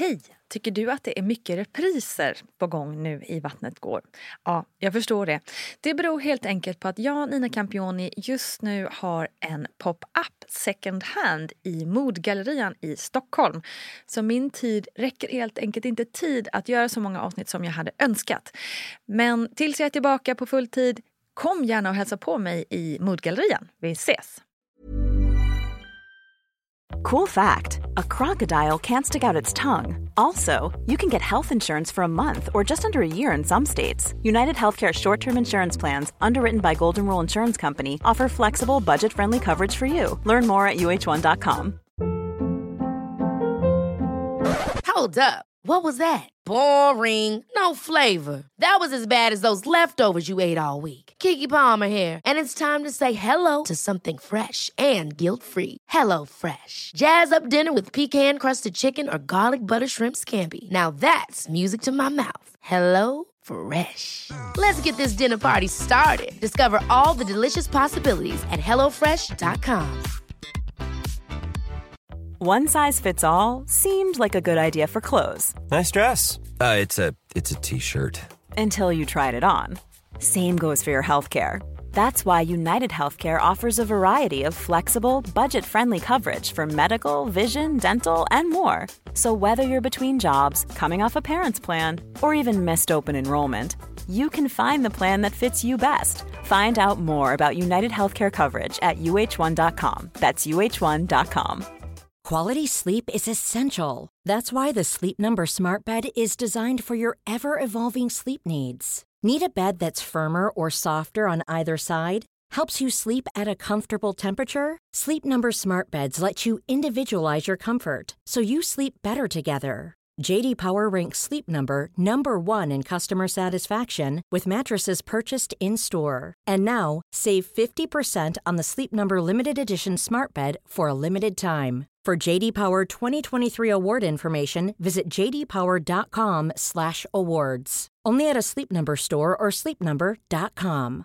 Hej! Tycker du att det är mycket repriser på gång nu i Vattnet går? Ja, jag förstår det. Det beror helt enkelt på att jag, Nina Campioni, just nu har en pop-up second hand i Modgallerian i Stockholm. Så min tid räcker helt enkelt inte tid att göra så många avsnitt som jag hade önskat. Men tills jag är tillbaka på full tid, kom gärna och hälsa på mig i Modgallerian. Vi ses! Cool fact, a crocodile can't stick out its tongue. Also, you can get health insurance for a month or just under a year in some states. United Healthcare short-term insurance plans, underwritten by Golden Rule Insurance Company, offer flexible, budget-friendly coverage for you. Learn more at uh1.com. Hold up. What was that? Boring. No flavor. That was as bad as those leftovers you ate all week. Keke Palmer here, and it's time to say hello to something fresh and guilt-free. Hello Fresh. Jazz up dinner with pecan-crusted chicken or garlic butter shrimp scampi. Now that's music to my mouth. Hello Fresh. Let's get this dinner party started. Discover all the delicious possibilities at hellofresh.com. One size fits all seemed like a good idea for clothes. Nice dress. It's a t-shirt. Until you tried it on. Same goes for your healthcare. That's why United Healthcare offers a variety of flexible, budget-friendly coverage for medical, vision, dental, and more. So whether you're between jobs, coming off a parent's plan, or even missed open enrollment, you can find the plan that fits you best. Find out more about United Healthcare coverage at uh1.com. That's uh1.com. Quality sleep is essential. That's why the Sleep Number Smart Bed is designed for your ever-evolving sleep needs. Need a bed that's firmer or softer on either side? Helps you sleep at a comfortable temperature? Sleep Number Smart Beds let you individualize your comfort, so you sleep better together. J.D. Power ranks Sleep Number number 1 in customer satisfaction with mattresses purchased in-store. And now, save 50% on the Sleep Number Limited Edition Smart Bed for a limited time. For JD Power 2023 award information, visit jdpower.com/awards. Only at a Sleep Number store or sleepnumber.com.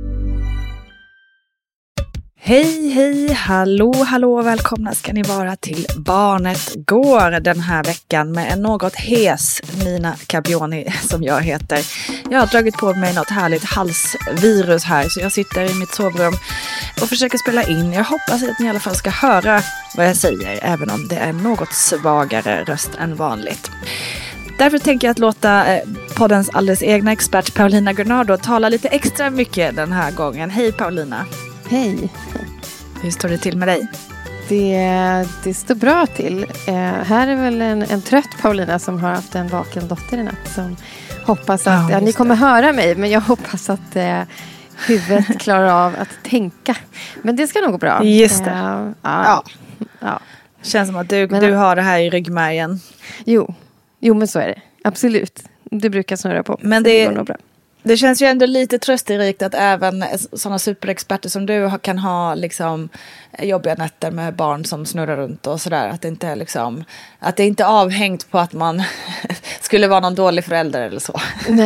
Hej, hallå, välkomna ska ni vara till Barnet går den här veckan med en något hes Nina Campioni som jag heter. Jag har dragit på mig något härligt halsvirus här så jag sitter i mitt sovrum och försöker spela in. Jag hoppas att ni i alla fall ska höra vad jag säger även om det är något svagare röst än vanligt. Därför tänker jag att låta poddens alldeles egna expert Paulina Gunnardo tala lite extra mycket den här gången. Hej Paulina! Hej. Hur står det till med dig? Det står bra till. Här är väl en trött Paulina som har haft en vaken dotter i natt som hoppas att ni kommer höra mig, men jag hoppas att huvudet klarar av att tänka. Men det ska nog gå bra. Just det. Ja. Känns som att du har det här i ryggmärgen. Jo, men så är det. Absolut. Det brukar snurra på. Men det går nog bra. Det känns ju ändå lite trösterikt att även sådana superexperter som du kan ha liksom jobbiga nätter med barn som snurrar runt och sådär. Att det inte är liksom, att det inte är avhängt på att man skulle vara någon dålig förälder eller så.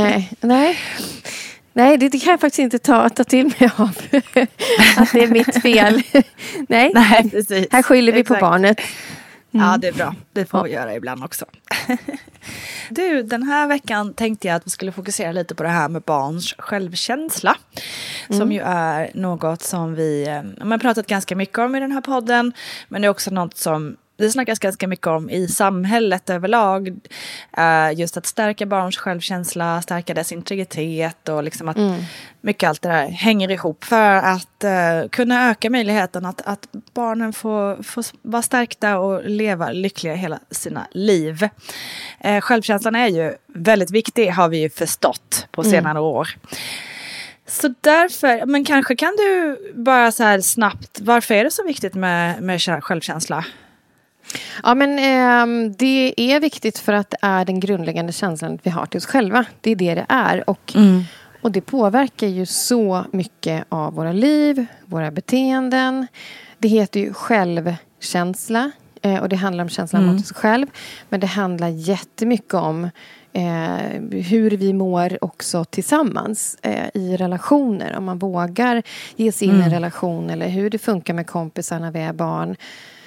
Nej, det kan jag faktiskt inte ta till mig av. Att det är mitt fel. Nej, precis. Här skyller vi på barnet. Ja, det är bra. Det får vi göra ibland också. Du, den här veckan tänkte jag att vi skulle fokusera lite på det här med barns självkänsla. Som ju är något som vi har pratat ganska mycket om i den här podden. Men det är också något som det snackas ganska mycket om i samhället överlag. Just att stärka barns självkänsla, stärka dess integritet och liksom att mycket allt det där hänger ihop för att kunna öka möjligheten att barnen får vara stärkta och leva lyckliga hela sina liv. Självkänslan är ju väldigt viktig, har vi ju förstått på senare år. Så därför, men kanske kan du bara så här snabbt, varför är det så viktigt med självkänsla? Ja, men det är viktigt för att det är den grundläggande känslan vi har till oss själva. Det är det är. Och det påverkar ju så mycket av våra liv, våra beteenden. Det heter ju självkänsla. Och det handlar om känslan mot oss själv. Men det handlar jättemycket om hur vi mår också tillsammans i relationer. Om man vågar ge sig in i en relation eller hur det funkar med kompisar när vi är barn.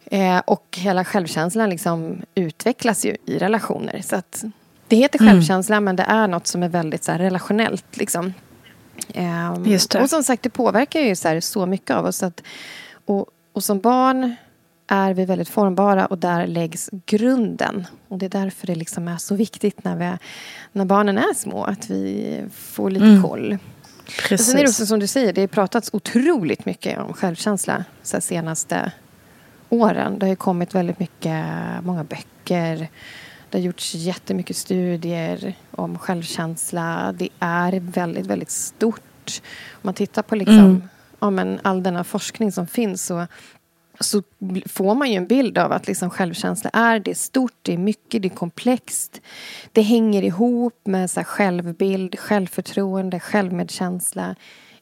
Och hela självkänslan liksom utvecklas ju i relationer. Så att det heter självkänsla, men det är något som är väldigt så här relationellt. Liksom. Just det. Och som sagt, det påverkar ju så mycket av oss. Och som barn är vi väldigt formbara och där läggs grunden. Och det är därför det liksom är så viktigt när barnen är små att vi får lite koll. Precis. Och sen är det också som du säger, det har pratats otroligt mycket om självkänsla så senaste åren. Det har ju kommit väldigt många böcker. Det har gjorts jättemycket studier om självkänsla. Det är väldigt, väldigt stort. Om man tittar på liksom, all denna forskning som finns så får man ju en bild av att liksom självkänsla det är stort, det är mycket, det är komplext. Det hänger ihop med så här självbild, självförtroende, självmedkänsla.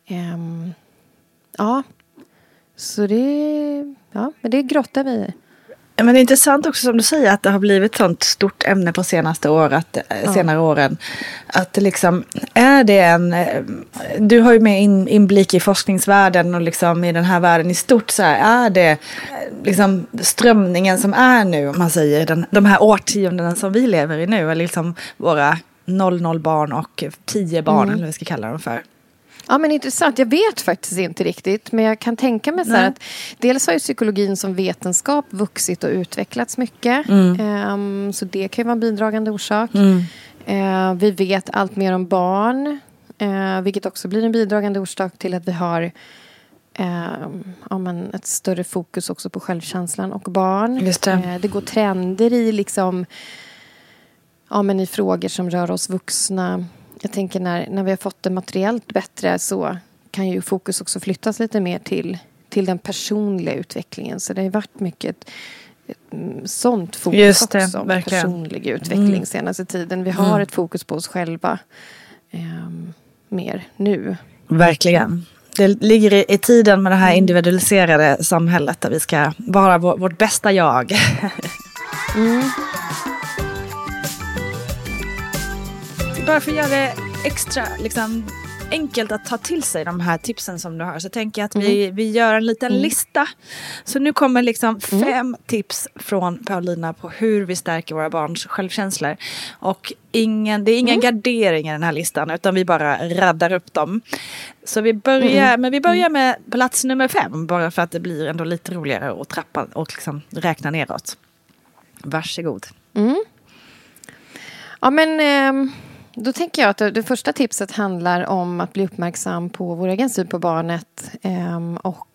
Så det grottar vi i. Men det är intressant också som du säger att det har blivit ett sånt stort ämne på senare åren. Att det liksom, är det du har ju med inblick i forskningsvärlden och liksom i den här världen i stort, så här, är det liksom strömningen som är nu, om man säger de här årtiondena som vi lever i nu, eller liksom våra 00 barn och 10 barn eller vad vi ska kalla dem för. Ja, men intressant. Jag vet faktiskt inte riktigt. Men jag kan tänka mig så här att dels har ju psykologin som vetenskap vuxit och utvecklats mycket. Så det kan ju vara en bidragande orsak. Vi vet allt mer om barn. Vilket också blir en bidragande orsak till att vi har ett större fokus också på självkänslan och barn. Just det. Det går trender i liksom, i frågor som rör oss vuxna. Jag tänker när vi har fått det materiellt bättre så kan ju fokus också flyttas lite mer till den personliga utvecklingen. Så det har ju varit mycket sånt fokus. Just det, också. Verkligen. Personlig utveckling senaste tiden. Vi har ett fokus på oss själva mer nu. Verkligen. Det ligger i tiden med det här individualiserade samhället där vi ska vara vårt bästa jag. Bara för att göra det extra liksom, enkelt att ta till sig de här tipsen som du har, så tänker jag att vi gör en liten lista. Så nu kommer liksom 5 tips från Paulina på hur vi stärker våra barns självkänslor. Och det är ingen gardering i den här listan, utan vi bara raddar upp dem. Så vi börjar med plats nummer 5, bara för att det blir ändå lite roligare att trappa och liksom räkna neråt. Varsågod. Ja, men då tänker jag att det första tipset handlar om att bli uppmärksam på vår egen syn på barnet och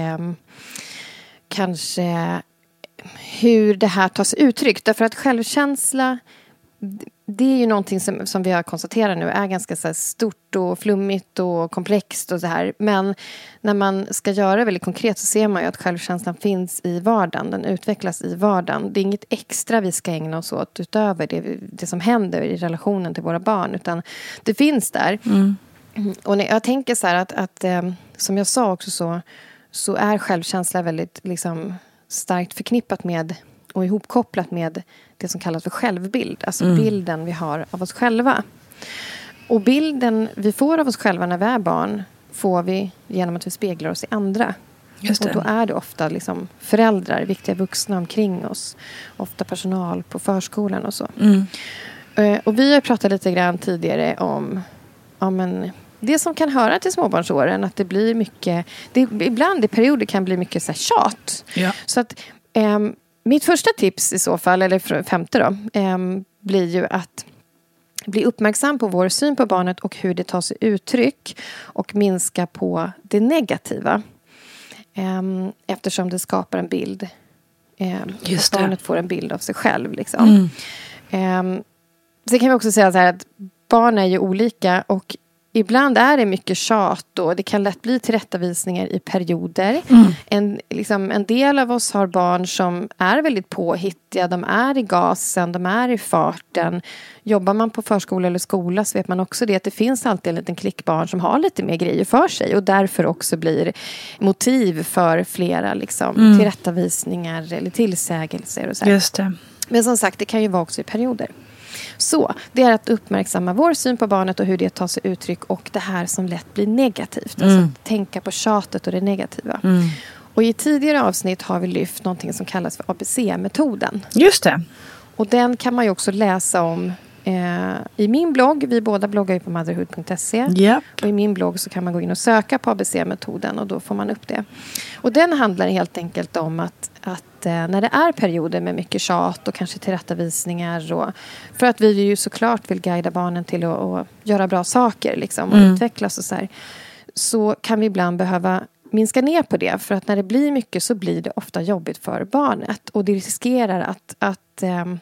kanske hur det här tas uttryck. Därför att självkänsla, det är ju någonting som vi har konstaterat nu är ganska så här stort och flummigt och komplext och så här. Men när man ska göra det väldigt konkret så ser man ju att självkänslan finns i vardagen. Den utvecklas i vardagen. Det är inget extra vi ska ägna oss åt utöver det som händer i relationen till våra barn. Utan det finns där. Och jag tänker så här att som jag sa också så är självkänsla väldigt liksom starkt förknippat med och ihopkopplat med det som kallas för självbild. Alltså bilden vi har av oss själva. Och bilden vi får av oss själva när vi är barn får vi genom att vi speglar oss i andra. Just det. Och då är det ofta liksom föräldrar, viktiga vuxna omkring oss. Ofta personal på förskolan och så. Och vi har pratat lite grann tidigare om det som kan höra till småbarnsåren. Att det blir mycket, ibland i perioder kan bli mycket så här tjat. Ja. Så att mitt första tips i så fall, eller 5:e då, blir ju att bli uppmärksam på vår syn på barnet och hur det tar sig uttryck och minska på det negativa. Eftersom det skapar en bild. Just det. Barnet får en bild av sig själv. Liksom. Så kan vi också säga så här att barn är ju olika och ibland är det mycket tjat och det kan lätt bli tillrättavisningar i perioder. En del av oss har barn som är väldigt påhittiga. De är i gasen, de är i farten. Jobbar man på förskola eller skola så vet man också det att det finns alltid en liten klick barn som har lite mer grejer för sig. Och därför också blir motiv för flera tillrättavisningar eller tillsägelser. Och så här. Just det. Men som sagt, det kan ju vara också i perioder. Så, det är att uppmärksamma vår syn på barnet och hur det tar sig uttryck och det här som lätt blir negativt. Alltså att tänka på tjatet och det negativa. Och i tidigare avsnitt har vi lyft någonting som kallas för ABC-metoden. Just det. Och den kan man ju också läsa om i min blogg. Vi båda bloggar ju på motherhood.se. Yep. Och i min blogg så kan man gå in och söka på ABC-metoden och då får man upp det. Och den handlar helt enkelt om att när det är perioder med mycket tjat och kanske tillrättavisningar och för att vi ju såklart vill guida barnen till att göra bra saker liksom, och utvecklas och så kan vi ibland behöva minska ner på det. För att när det blir mycket så blir det ofta jobbigt för barnet. Och det riskerar att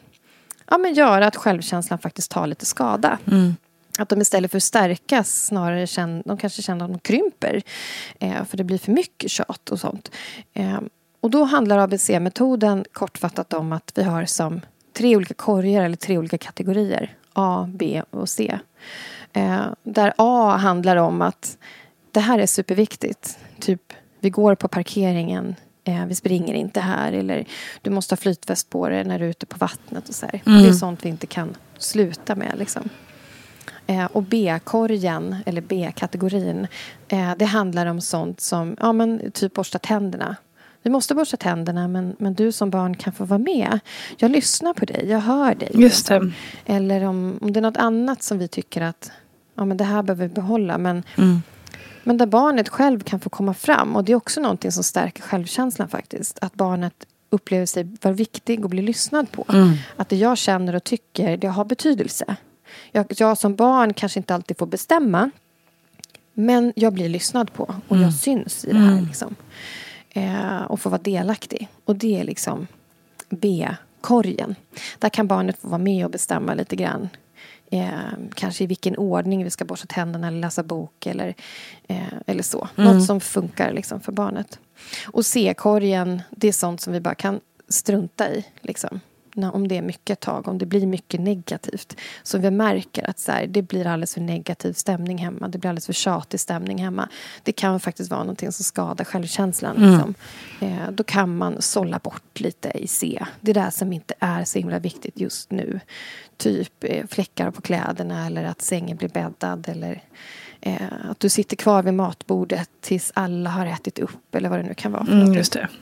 göra att självkänslan faktiskt tar lite skada. Att de istället för att stärkas snarare de kanske känner att de krymper. För det blir för mycket tjat och sånt. Och då handlar ABC-metoden kortfattat om att vi har som 3 olika korgar eller 3 olika kategorier. A, B och C. Där A handlar om att det här är superviktigt. Typ, vi går på parkeringen. Vi springer inte här. Eller du måste ha flytväst på dig när du är ute på vattnet. Och så här. Det är sånt vi inte kan sluta med. Liksom. Och B-korgen, eller B-kategorin. Det handlar om sånt som typ borsta tänderna. Vi måste borsta tänderna, men du som barn kan få vara med. Jag lyssnar på dig, jag hör dig. Just det. Eller om det är något annat som vi tycker att men det här behöver vi behålla. Men där barnet själv kan få komma fram. Och det är också någonting som stärker självkänslan faktiskt. Att barnet upplever sig vara viktig och bli lyssnad på. Att det jag känner och tycker, det har betydelse. Jag som barn kanske inte alltid får bestämma. Men jag blir lyssnad på. Och jag syns i det här liksom. Och får vara delaktig. Och det är liksom B-korgen. Där kan barnet få vara med och bestämma lite grann. Kanske i vilken ordning vi ska borsta tänderna eller läsa bok eller så. Något som funkar liksom för barnet. Och C-korgen, det är sånt som vi bara kan strunta i liksom. Om det är mycket tag, om det blir mycket negativt. Så vi märker att det blir alldeles för negativ stämning hemma. Det blir alldeles för tjatig stämning hemma. Det kan faktiskt vara någonting som skadar självkänslan. Liksom. Då kan man sålla bort lite i C. Det där som inte är så himla viktigt just nu. Typ fläckar på kläderna eller att sängen blir bäddad. Eller att du sitter kvar vid matbordet tills alla har ätit upp. Eller vad det nu kan vara för något. Just det.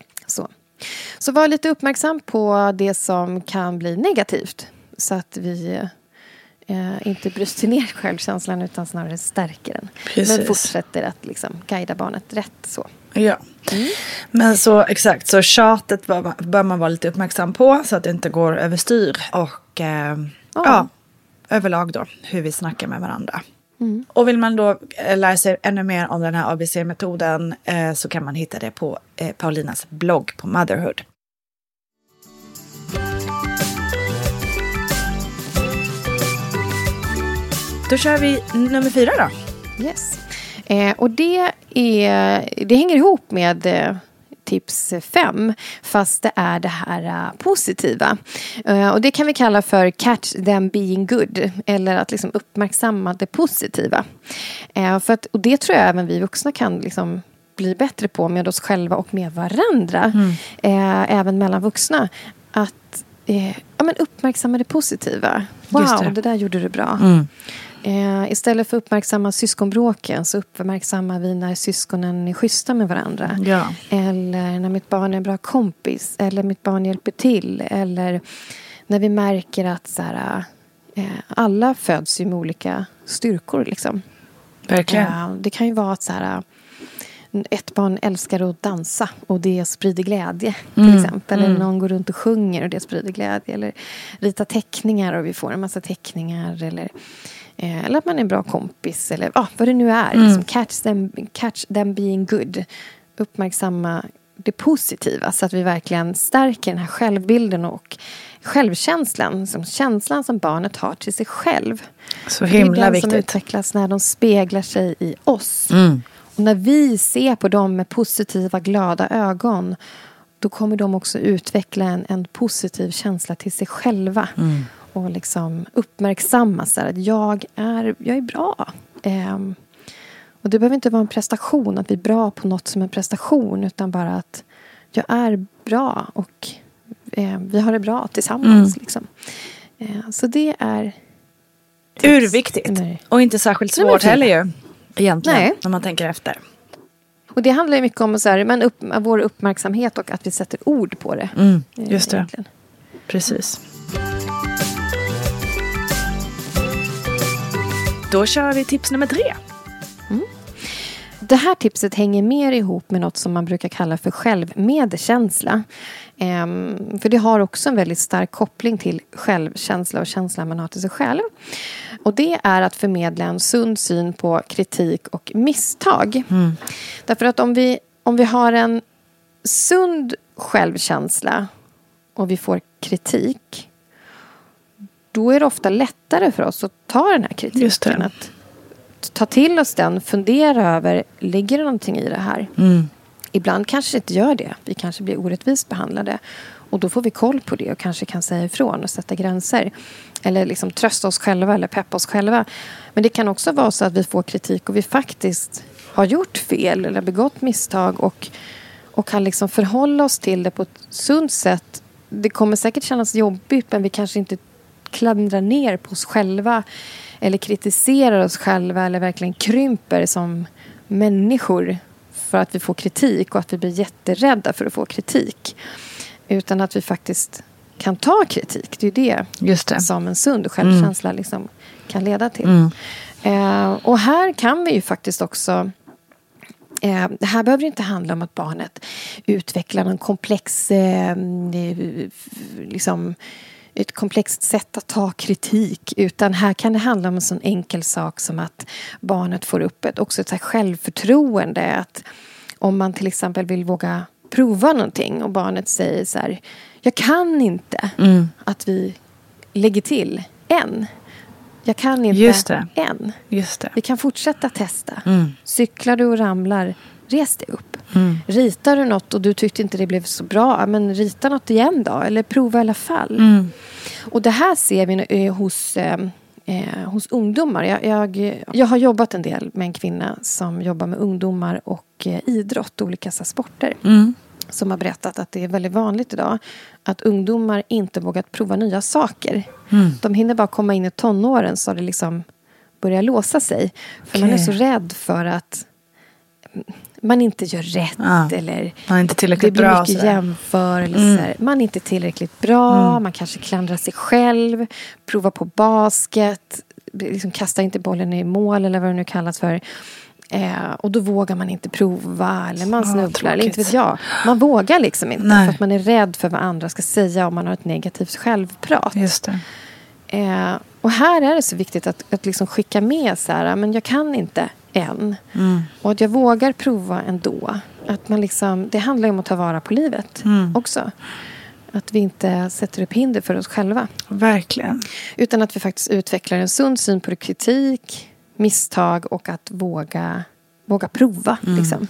Så var lite uppmärksam på det som kan bli negativt. Så att vi inte bryter ner självkänslan utan snarare stärker den. Precis. Men fortsätter att liksom guida barnet rätt så. Ja. Men så exakt, så tjatet bör man vara lite uppmärksam på så att det inte går överstyr. Och överlag då hur vi snackar med varandra. Och vill man då lära sig ännu mer om den här ABC-metoden så kan man hitta det på Paulinas blogg på Motherhood. Då kör vi nummer 4 då. Yes. Och det hänger ihop med tips 5, fast det är det här positiva. Och det kan vi kalla för catch them being good, eller att liksom uppmärksamma det positiva. Och det tror jag även vi vuxna kan liksom bli bättre på med oss själva och med varandra. Även mellan vuxna. Att uppmärksamma det positiva. Wow, det där gjorde du bra. Istället för att uppmärksamma syskonbråken så uppmärksammar vi när syskonen är schyssta med varandra. Ja. Eller när mitt barn är en bra kompis. Eller mitt barn hjälper till. Eller när vi märker att alla föds ju med olika styrkor. Liksom. Verkligen. Det kan ju vara att ett barn älskar att dansa och det sprider glädje till exempel. Eller någon går runt och sjunger och det sprider glädje. Eller rita teckningar och vi får en massa teckningar. Eller att man är en bra kompis. Eller vad det nu är. Liksom catch them being good. Uppmärksamma det positiva. Så att vi verkligen stärker den här självbilden och självkänslan. Känslan som barnet har till sig själv. Så himla det är den viktigt. som utvecklas när de speglar sig i oss. Och när vi ser på dem med positiva, glada ögon, då kommer de också utveckla en positiv känsla till sig själva. Och liksom uppmärksamma att jag är bra. Och det behöver inte vara en prestation, att vi är bra på något som en prestation, utan bara att jag är bra och vi har det bra tillsammans. Liksom. Så det är urviktigt. Och inte särskilt svårt heller ju. Egentligen, när man tänker efter. Och det handlar ju mycket om så här, vår uppmärksamhet och att vi sätter ord på det. Just det. Egentligen. Precis. Då kör vi tips nummer 3. Det här tipset hänger mer ihop med något som man brukar kalla för självmedkänsla. För det har också en väldigt stark koppling till självkänsla och känslan man har till sig själv. Och det är att förmedla en sund syn på kritik och misstag. Därför att om vi har en sund självkänsla och vi får kritik, då är det ofta lättare för oss att ta den här kritiken. Just det. Att ta till oss den, fundera över, ligger det någonting i det här? Ibland kanske det inte gör det. Vi kanske blir orättvist behandlade. Och då får vi koll på det och kanske kan säga ifrån och sätta gränser. Eller liksom trösta oss själva eller peppa oss själva. Men det kan också vara så att vi får kritik och vi faktiskt har gjort fel eller begått misstag och kan liksom förhålla oss till det på ett sunt sätt. Det kommer säkert kännas jobbigt, men vi kanske inte klandrar ner på oss själva eller kritiserar oss själva eller verkligen krymper som människor för att vi får kritik och att vi blir jätterädda för att få kritik. Utan att vi faktiskt kan ta kritik. Det är Just det. som en sund självkänsla liksom kan leda till. Och här kan vi ju faktiskt också... det här behöver inte handla om att barnet utvecklar någon komplex... ett komplext sätt att ta kritik, utan här kan det handla om en sån enkel sak som att barnet får upp ett så här självförtroende, att om man till exempel vill våga prova någonting och barnet säger så här, jag kan inte, att vi lägger till än. Jag kan inte än. Just det. Vi kan fortsätta testa. Cyklar du och ramlar, res dig upp. Ritar du något och du tyckte inte det blev så bra, men rita något igen då. Eller prova i alla fall. Och det här ser vi hos ungdomar. Jag har jobbat en del med en kvinna som jobbar med ungdomar och idrott, olika sporter. Som har berättat att det är väldigt vanligt idag att ungdomar inte vågat prova nya saker. De hinner bara komma in i tonåren så det liksom börjar låsa sig. För man är så rädd för att man inte gör rätt eller man är inte tillräckligt det blir bra, mycket jämförelser. Man är inte tillräckligt bra, man kanske klandrar sig själv, prova på basket, liksom kasta inte bollen i mål eller vad det nu kallas för. Och då vågar man inte prova eller man snubblar, eller inte vet jag. Man vågar liksom inte för att man är rädd för vad andra ska säga om man har ett negativt självprat. Just det. Och här är det så viktigt att liksom skicka med så här, men jag kan inte än. Och att jag vågar prova ändå. Att man liksom, det handlar om att ta vara på livet också. Att vi inte sätter upp hinder för oss själva. Verkligen. Utan att vi faktiskt utvecklar en sund syn på kritik, misstag och att våga prova. Liksom.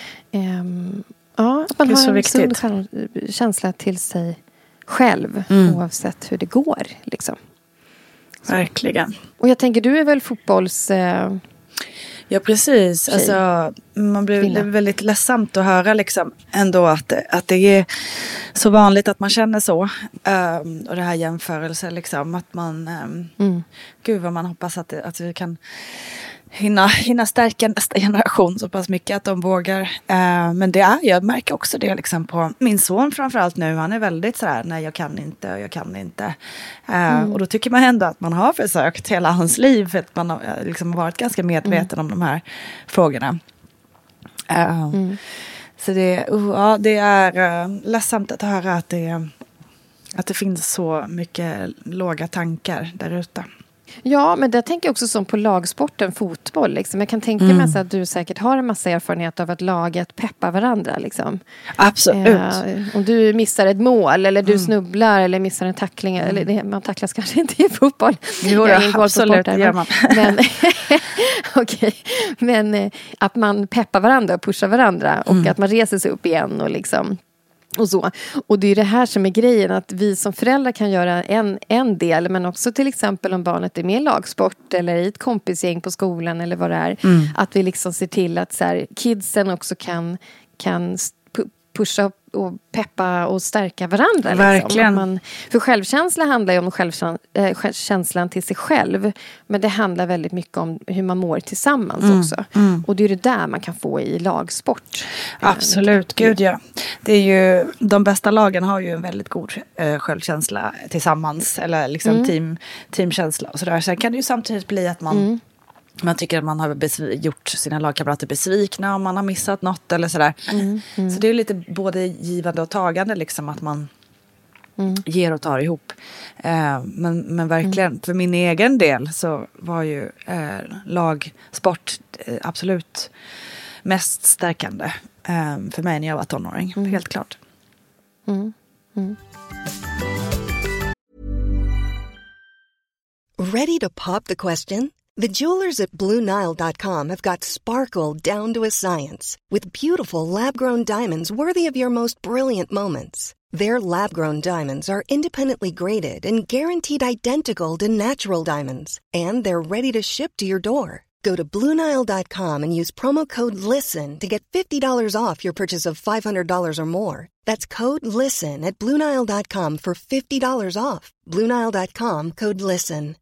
Att man har en sund känsla till sig själv oavsett hur det går. Liksom. Verkligen. Och jag tänker, du är väl fotbolls... Ja, precis. Alltså, man blir väldigt ledsamt att höra liksom ändå att det är så vanligt att man känner så. Och det här jämförelser liksom. Att man... Gud vad man hoppas att vi kan hinna stärka nästa generation så pass mycket att de vågar. Men jag märker också det liksom på min son framförallt nu. Han är väldigt sådär, nej jag kan inte. Och då tycker man ändå att man har försökt hela hans liv. För att man har liksom varit ganska medveten om de här frågorna. Så det är ledsamt att höra att det finns så mycket låga tankar där ute. Ja, men det tänker jag också som på lagsporten fotboll. Liksom. Jag kan tänka mig så att du säkert har en massa erfarenhet av att laget peppar varandra. Liksom. Absolut. Om du missar ett mål eller du snubblar eller missar en tackling. Eller man tacklas kanske inte i fotboll. Jo, absolut, det gör man. Men att man peppar varandra och pushar varandra. Och att man reser sig upp igen och liksom... Och så. Och det är det här som är grejen, att vi som föräldrar kan göra en del, men också till exempel om barnet är med i lagsport eller i ett kompisgäng på skolan eller vad det är, att vi liksom ser till att så här, kidsen också kan pusha och peppa och stärka varandra. Verkligen. För självkänsla handlar ju om känslan till sig själv. Men det handlar väldigt mycket om hur man mår tillsammans också. Och det är det där man kan få i lagsport. Absolut, gud ja. Det är ju, de bästa lagen har ju en väldigt god självkänsla tillsammans. Eller liksom teamkänsla och sådär. Sen kan det ju samtidigt bli att man tycker att man har gjort sina lagkamrater besvikna om man har missat något eller sådär. Så det är ju lite både givande och tagande liksom, att man ger och tar ihop. Men verkligen, för min egen del så var ju lagsport absolut mest stärkande för mig när jag var tonåring. Helt klart. Ready to pop the question? The jewelers at BlueNile.com have got sparkle down to a science with beautiful lab-grown diamonds worthy of your most brilliant moments. Their lab-grown diamonds are independently graded and guaranteed identical to natural diamonds, and they're ready to ship to your door. Go to BlueNile.com and use promo code LISTEN to get $50 off your purchase of $500 or more. That's code LISTEN at BlueNile.com for $50 off. BlueNile.com, code LISTEN.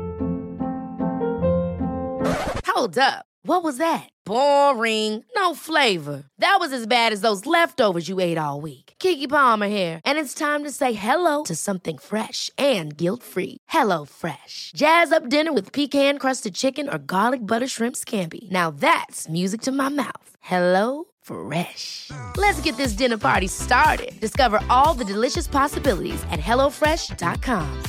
Hold up. What was that? Boring. No flavor. That was as bad as those leftovers you ate all week. Keke Palmer here, and it's time to say hello to something fresh and guilt-free. Hello Fresh. Jazz up dinner with pecan-crusted chicken or garlic butter shrimp scampi. Now that's music to my mouth. Hello Fresh. Let's get this dinner party started. Discover all the delicious possibilities at HelloFresh.com.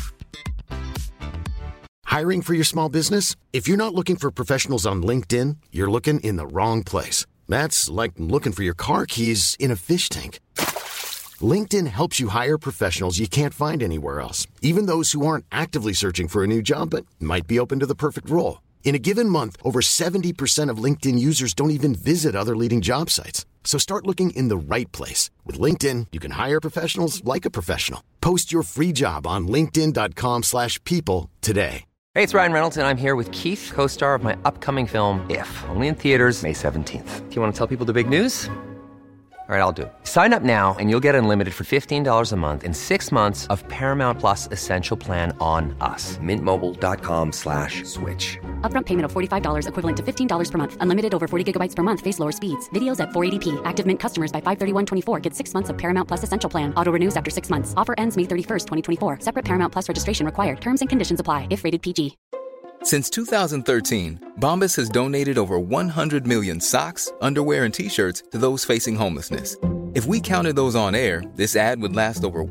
Hiring for your small business? If you're not looking for professionals on LinkedIn, you're looking in the wrong place. That's like looking for your car keys in a fish tank. LinkedIn helps you hire professionals you can't find anywhere else, even those who aren't actively searching for a new job but might be open to the perfect role. In a given month, over 70% of LinkedIn users don't even visit other leading job sites. So start looking in the right place. With LinkedIn, you can hire professionals like a professional. Post your free job on linkedin.com/people today. Hey, it's Ryan Reynolds, and I'm here with Keith, co-star of my upcoming film, If, only in theaters May 17th. Do you want to tell people the big news? All right, I'll do it. Sign up now and you'll get unlimited for $15 a month and 6 months of Paramount Plus Essential Plan on us. Mintmobile.com/switch. Upfront payment of $45 equivalent to $15 per month. Unlimited over 40 gigabytes per month. Face lower speeds. Videos at 480p. Active Mint customers by 531.24 get 6 months of Paramount Plus Essential Plan. Auto renews after 6 months. Offer ends May 31st, 2024. Separate Paramount Plus registration required. Terms and conditions apply if rated PG. Since 2013, Bombas has donated over 100 million socks, underwear, and T-shirts to those facing homelessness. If we counted those on air, this ad would last over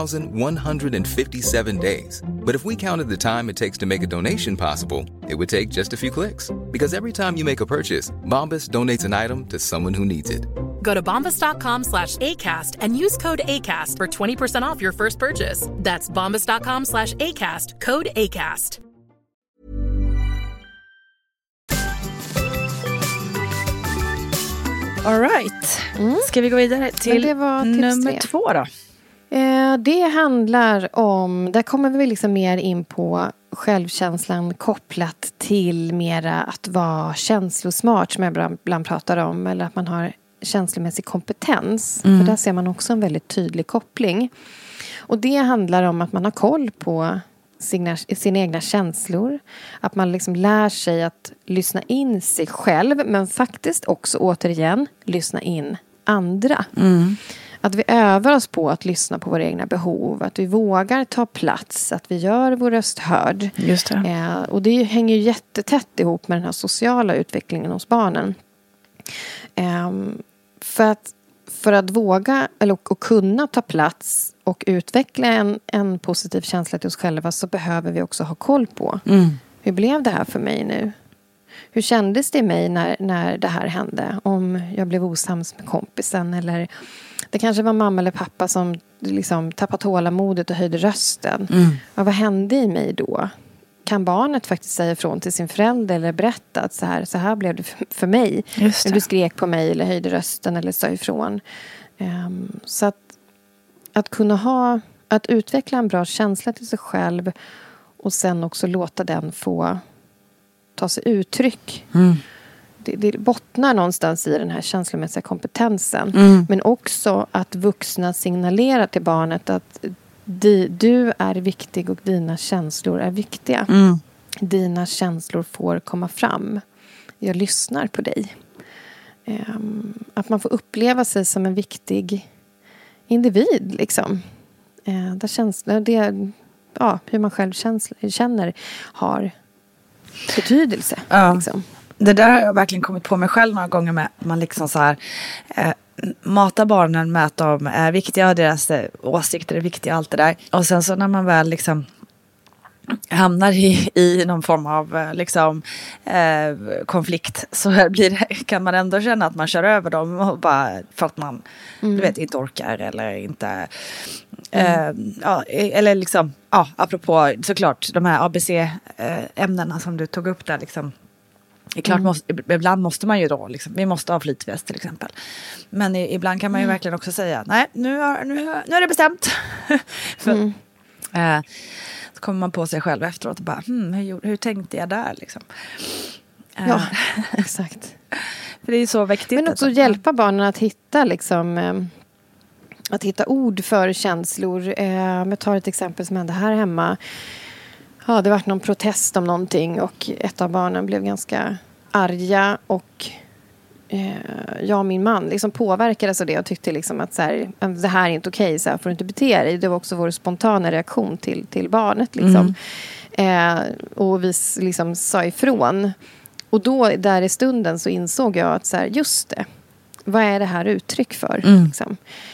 1,157 days. But if we counted the time it takes to make a donation possible, it would take just a few clicks. Because every time you make a purchase, Bombas donates an item to someone who needs it. Go to bombas.com/ACAST and use code ACAST for 20% off your first purchase. That's bombas.com/ACAST, code ACAST. All right. Ska vi gå vidare till nummer 2 då? Det handlar om, där kommer vi liksom mer in på självkänslan kopplat till mera att vara känslosmart, som jag ibland pratar om, eller att man har känslomässig kompetens. För där ser man också en väldigt tydlig koppling. Och det handlar om att man har koll på sina egna känslor. Att man liksom lär sig att lyssna in sig själv, men faktiskt också återigen lyssna in andra. Att vi övar oss på att lyssna på våra egna behov. Att vi vågar ta plats. Att vi gör vår röst hörd. Just det. Och det hänger ju jättetätt ihop med den här sociala utvecklingen hos barnen. För att våga och kunna ta plats och utveckla en positiv känsla till oss själva, så behöver vi också ha koll på. Hur blev det här för mig nu? Hur kändes det i mig när det här hände? Om jag blev osams med kompisen, eller det kanske var mamma eller pappa som liksom tappade tålamodet och höjde rösten. Ja, vad hände i mig då? Kan barnet faktiskt säga ifrån till sin förälder eller berätta att så här blev det för mig. När du skrek på mig eller höjde rösten eller sa ifrån. Så att kunna att utveckla en bra känsla till sig själv, och sen också låta den få ta sig uttryck. det bottnar någonstans i den här känslomässiga kompetensen. Men också att vuxna signalerar till barnet att du är viktig och dina känslor är viktiga. Dina känslor får komma fram. Jag lyssnar på dig. Att man får uppleva sig som en viktig individ. Liksom. Där känslor, hur man själv känner har betydelse. Liksom. Det där har jag verkligen kommit på mig själv några gånger med. Man liksom så här matar barnen med att de är viktiga och deras åsikter är viktiga och allt det där. Och sen så när man väl liksom hamnar i någon form av liksom, konflikt så kan man ändå känna att man kör över dem och bara för att man du vet, inte orkar eller inte eller liksom apropå såklart de här ABC-ämnena som du tog upp där liksom. Det är klart, ibland måste man ju då liksom, vi måste ha flytväst till exempel. Men ibland kan man ju verkligen också säga nej, nu är det bestämt. Så kommer man på sig själv efteråt och bara, hur tänkte jag där liksom? Ja, exakt. För det är så viktigt. Men också hjälpa barnen att hitta liksom, att hitta ord för känslor. Jag tar ett exempel som hände här hemma. Ja, det var någon protest om någonting och ett av barnen blev ganska arga och jag och min man liksom påverkades av det och tyckte liksom att så här, det här är inte okej, så här får du inte bete dig. Det var också vår spontana reaktion till barnet liksom. Och vi liksom sa ifrån. Och då där i stunden så insåg jag att så här, just det, vad är det här uttryck för? Liksom.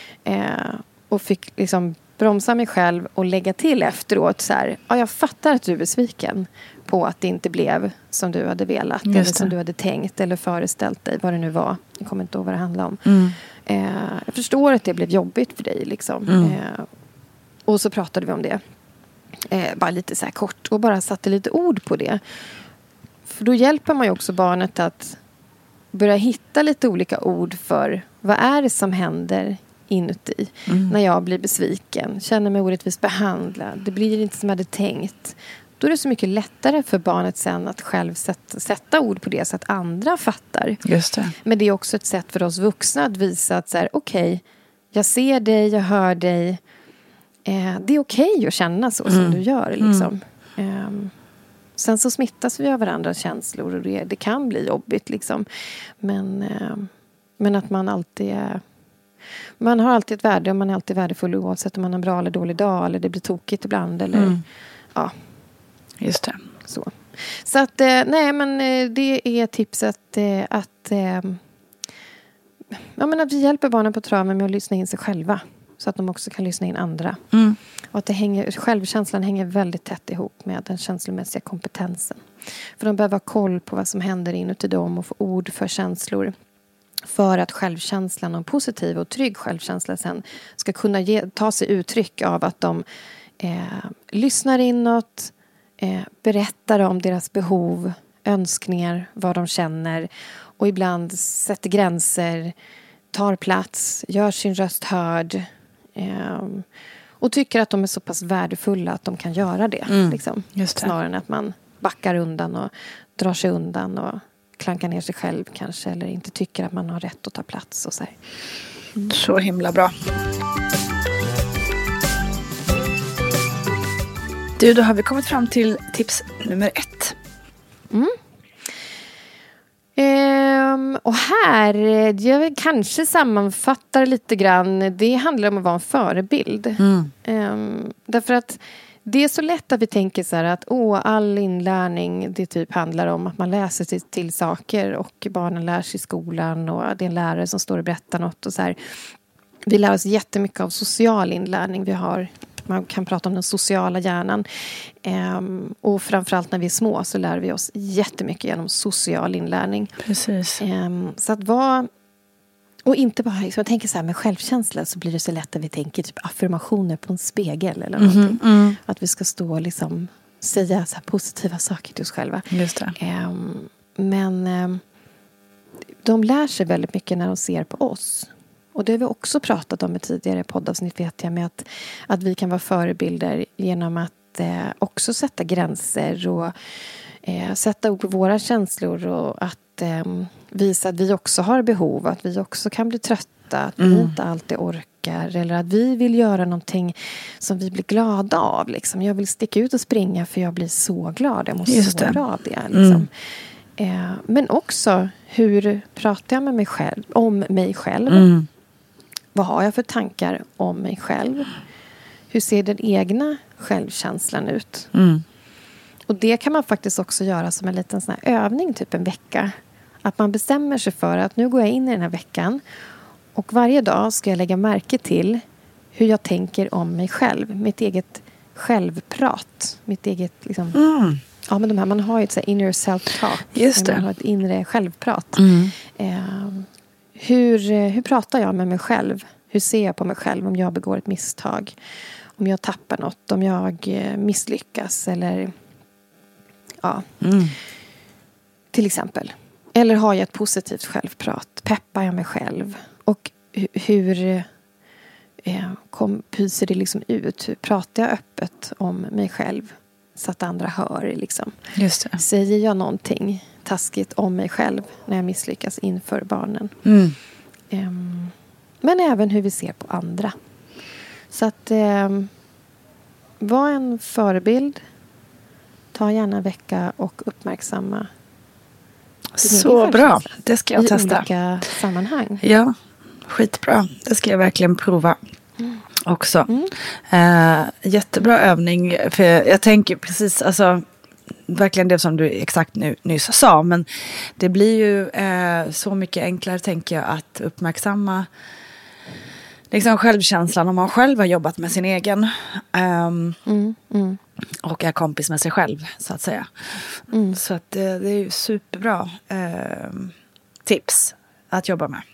Och fick liksom bromsa mig själv och lägga till efteråt så här, jag fattar att du är besviken på att det inte blev som du hade velat eller som du hade tänkt eller föreställt dig, vad det nu var. Jag kommer inte ihåg vad det handlade om. Jag förstår att det blev jobbigt för dig liksom. Och så pratade vi om det. Bara lite så här kort och bara satte lite ord på det. För då hjälper man ju också barnet att börja hitta lite olika ord för vad är det som händer inuti när jag blir besviken, känner mig orättvist behandlad, det blir inte som jag hade tänkt. Då är det så mycket lättare för barnet sen att själv sätta ord på det så att andra fattar. Just det. Men det är också ett sätt för oss vuxna att visa att så här, okej, jag ser dig, jag hör dig. Det är okej att känna så som du gör liksom. Sen så smittas vi av varandras känslor och det kan bli jobbigt liksom. Men att man alltid är... Man har alltid ett värde och man är alltid värdefull oavsett om man har en bra eller dålig dag eller det blir tokigt ibland eller just det. Så att nej, men det är tipset att vi hjälper barnen på traven med att lyssna in sig själva så att de också kan lyssna in andra. Och att självkänslan hänger väldigt tätt ihop med den känslomässiga kompetensen. För de behöver ha koll på vad som händer inuti dem och få ord för känslor. För att självkänslan och en positiv och trygg självkänsla sen ska kunna ta sig uttryck av att de lyssnar inåt, berättar om deras behov, önskningar, vad de känner och ibland sätter gränser, tar plats, gör sin röst hörd och tycker att de är så pass värdefulla att de kan göra det. Liksom. Just det. Snarare än att man backar undan och drar sig undan och klankar ner sig själv kanske eller inte tycker att man har rätt att ta plats och så här. Så himla bra. Du, då har vi kommit fram till tips nummer 1. Och här, jag kanske sammanfattar lite grann, det handlar om att vara en förebild. Därför att det är så lätt att vi tänker så här att all inlärning det typ handlar om att man läser sig till saker och barnen lär sig i skolan och det är en lärare som står och berättar något och så här. Vi lär oss jättemycket av social inlärning. Man kan prata om den sociala hjärnan. Och framförallt när vi är små så lär vi oss jättemycket genom social inlärning. Precis. Så att vara... Och inte bara, så jag tänker så här med självkänsla så blir det så lätt att vi tänker typ affirmationer på en spegel eller någonting. Att vi ska stå och liksom säga så här positiva saker till oss själva. Just det. Men de lär sig väldigt mycket när de ser på oss. Och det har vi också pratat om i tidigare poddavsnitt vet jag med att vi kan vara förebilder genom att också sätta gränser och sätta ord på våra känslor och att att visa att vi också har behov. Att vi också kan bli trötta. Att vi inte alltid orkar. Eller att vi vill göra någonting som vi blir glada av. Liksom. Jag vill sticka ut och springa för jag blir så glad. Jag mår så bra av det. Liksom. Men också, hur pratar jag med mig själv, om mig själv? Vad har jag för tankar om mig själv? Hur ser den egna självkänslan ut? Och det kan man faktiskt också göra som en liten sån här övning, typ en vecka. Att man bestämmer sig för att nu går jag in i den här veckan. Och varje dag ska jag lägga märke till hur jag tänker om mig själv. Mitt eget självprat. Mitt eget liksom... Ja, men man har ju ett så här inner self-talk. Just det. Man har ett inre självprat. Hur pratar jag med mig själv? Hur ser jag på mig själv om jag begår ett misstag? Om jag tappar något? Om jag misslyckas? Eller till exempel. Eller har jag ett positivt självprat? Peppar jag mig själv? Och hur ser det liksom ut? Hur pratar jag öppet om mig själv? Så att andra hör liksom. Just det. Säger jag någonting taskigt om mig själv när jag misslyckas inför barnen? Men även hur vi ser på andra. Så att var en förebild. Ta gärna en vecka och uppmärksamma. Så bra. Det ska jag testa. I olika sammanhang. Ja, skitbra. Det ska jag verkligen prova. Också. Jättebra övning. För jag tänker precis, alltså verkligen det som du exakt nyss sa. Men det blir ju så mycket enklare, tänker jag, att uppmärksamma liksom självkänslan om man själv har jobbat med sin egen. Och är kompis med sig själv, så att säga. Så att det är ju superbra tips att jobba med.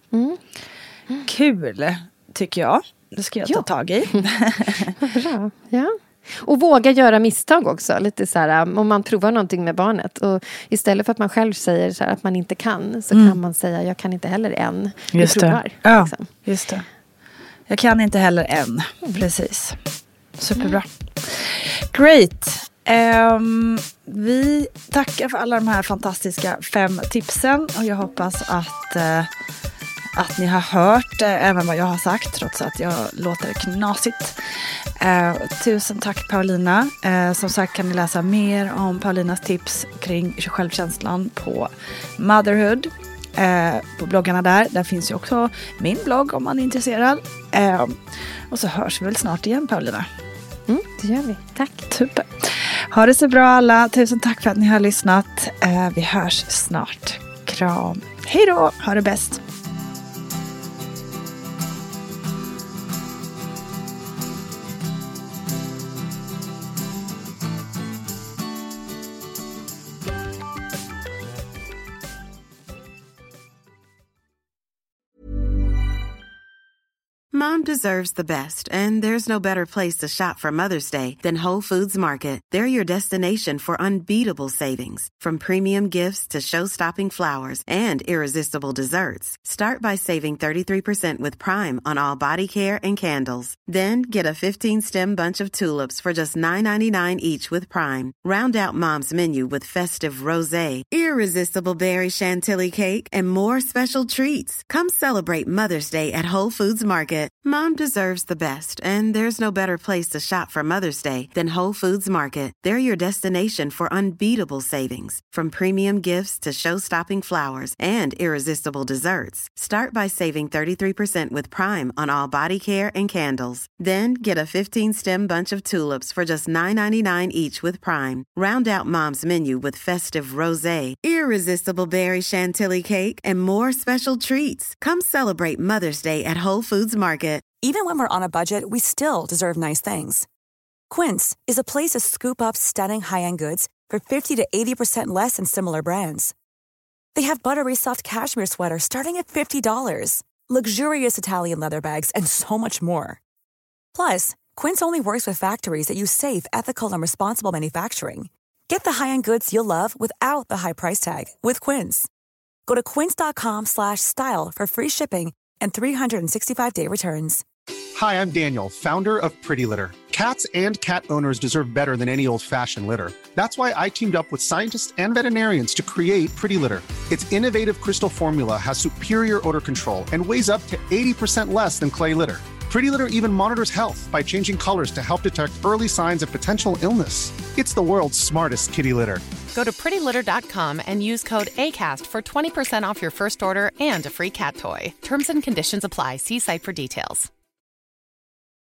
Kul, tycker jag. Det ska jag ta tag i. Bra, ja. Och våga göra misstag också. Lite så här, om man provar någonting med barnet. Och istället för att man själv säger så här, att man inte kan. Så kan man säga, jag kan inte heller än. Just provar, det. Ja, liksom. just det. Jag kan inte heller än. Precis. Superbra. Great. Vi tackar för alla de här fantastiska 5 tipsen. Och jag hoppas att ni har hört även vad jag har sagt, trots att jag låter knasigt. Tusen tack, Paulina. Som sagt kan ni läsa mer om Paulinas tips kring självkänslan på Motherhood. På bloggarna där finns ju också min blogg om man är intresserad. Och så hörs vi väl snart igen, Paulina. Det gör vi. Tack. Super. Ha det så bra alla. Tusen tack för att ni har lyssnat. Vi hörs snart. Kram. Hej då. Ha det bäst. Mom deserves the best, and there's no better place to shop for Mother's Day than Whole Foods Market. They're your destination for unbeatable savings, from premium gifts to show-stopping flowers and irresistible desserts. Start by saving 33% with Prime on all body care and candles. Then get a 15-stem bunch of tulips for just $9.99 each with Prime. Round out Mom's menu with festive rosé, irresistible berry chantilly cake, and more special treats. Come celebrate Mother's Day at Whole Foods Market. Mom deserves the best, and there's no better place to shop for Mother's Day than Whole Foods Market. They're your destination for unbeatable savings, from premium gifts to show-stopping flowers and irresistible desserts. Start by saving 33% with Prime on all body care and candles. Then get a 15-stem bunch of tulips for just $9.99 each with Prime. Round out Mom's menu with festive rosé, irresistible berry chantilly cake, and more special treats. Come celebrate Mother's Day at Whole Foods Market. Even when we're on a budget, we still deserve nice things. Quince is a place to scoop up stunning high-end goods for 50 to 80% less than similar brands. They have buttery soft cashmere sweaters starting at $50, luxurious Italian leather bags, and so much more. Plus, Quince only works with factories that use safe, ethical, and responsible manufacturing. Get the high-end goods you'll love without the high price tag with Quince. Go to quince.com/style for free shipping and 365-day returns. Hi, I'm Daniel, founder of Pretty Litter. Cats and cat owners deserve better than any old-fashioned litter. That's why I teamed up with scientists and veterinarians to create Pretty Litter. Its innovative crystal formula has superior odor control and weighs up to 80% less than clay litter. Pretty Litter even monitors health by changing colors to help detect early signs of potential illness. It's the world's smartest kitty litter. Go to prettylitter.com and use code ACAST for 20% off your first order and a free cat toy. Terms and conditions apply. See site for details.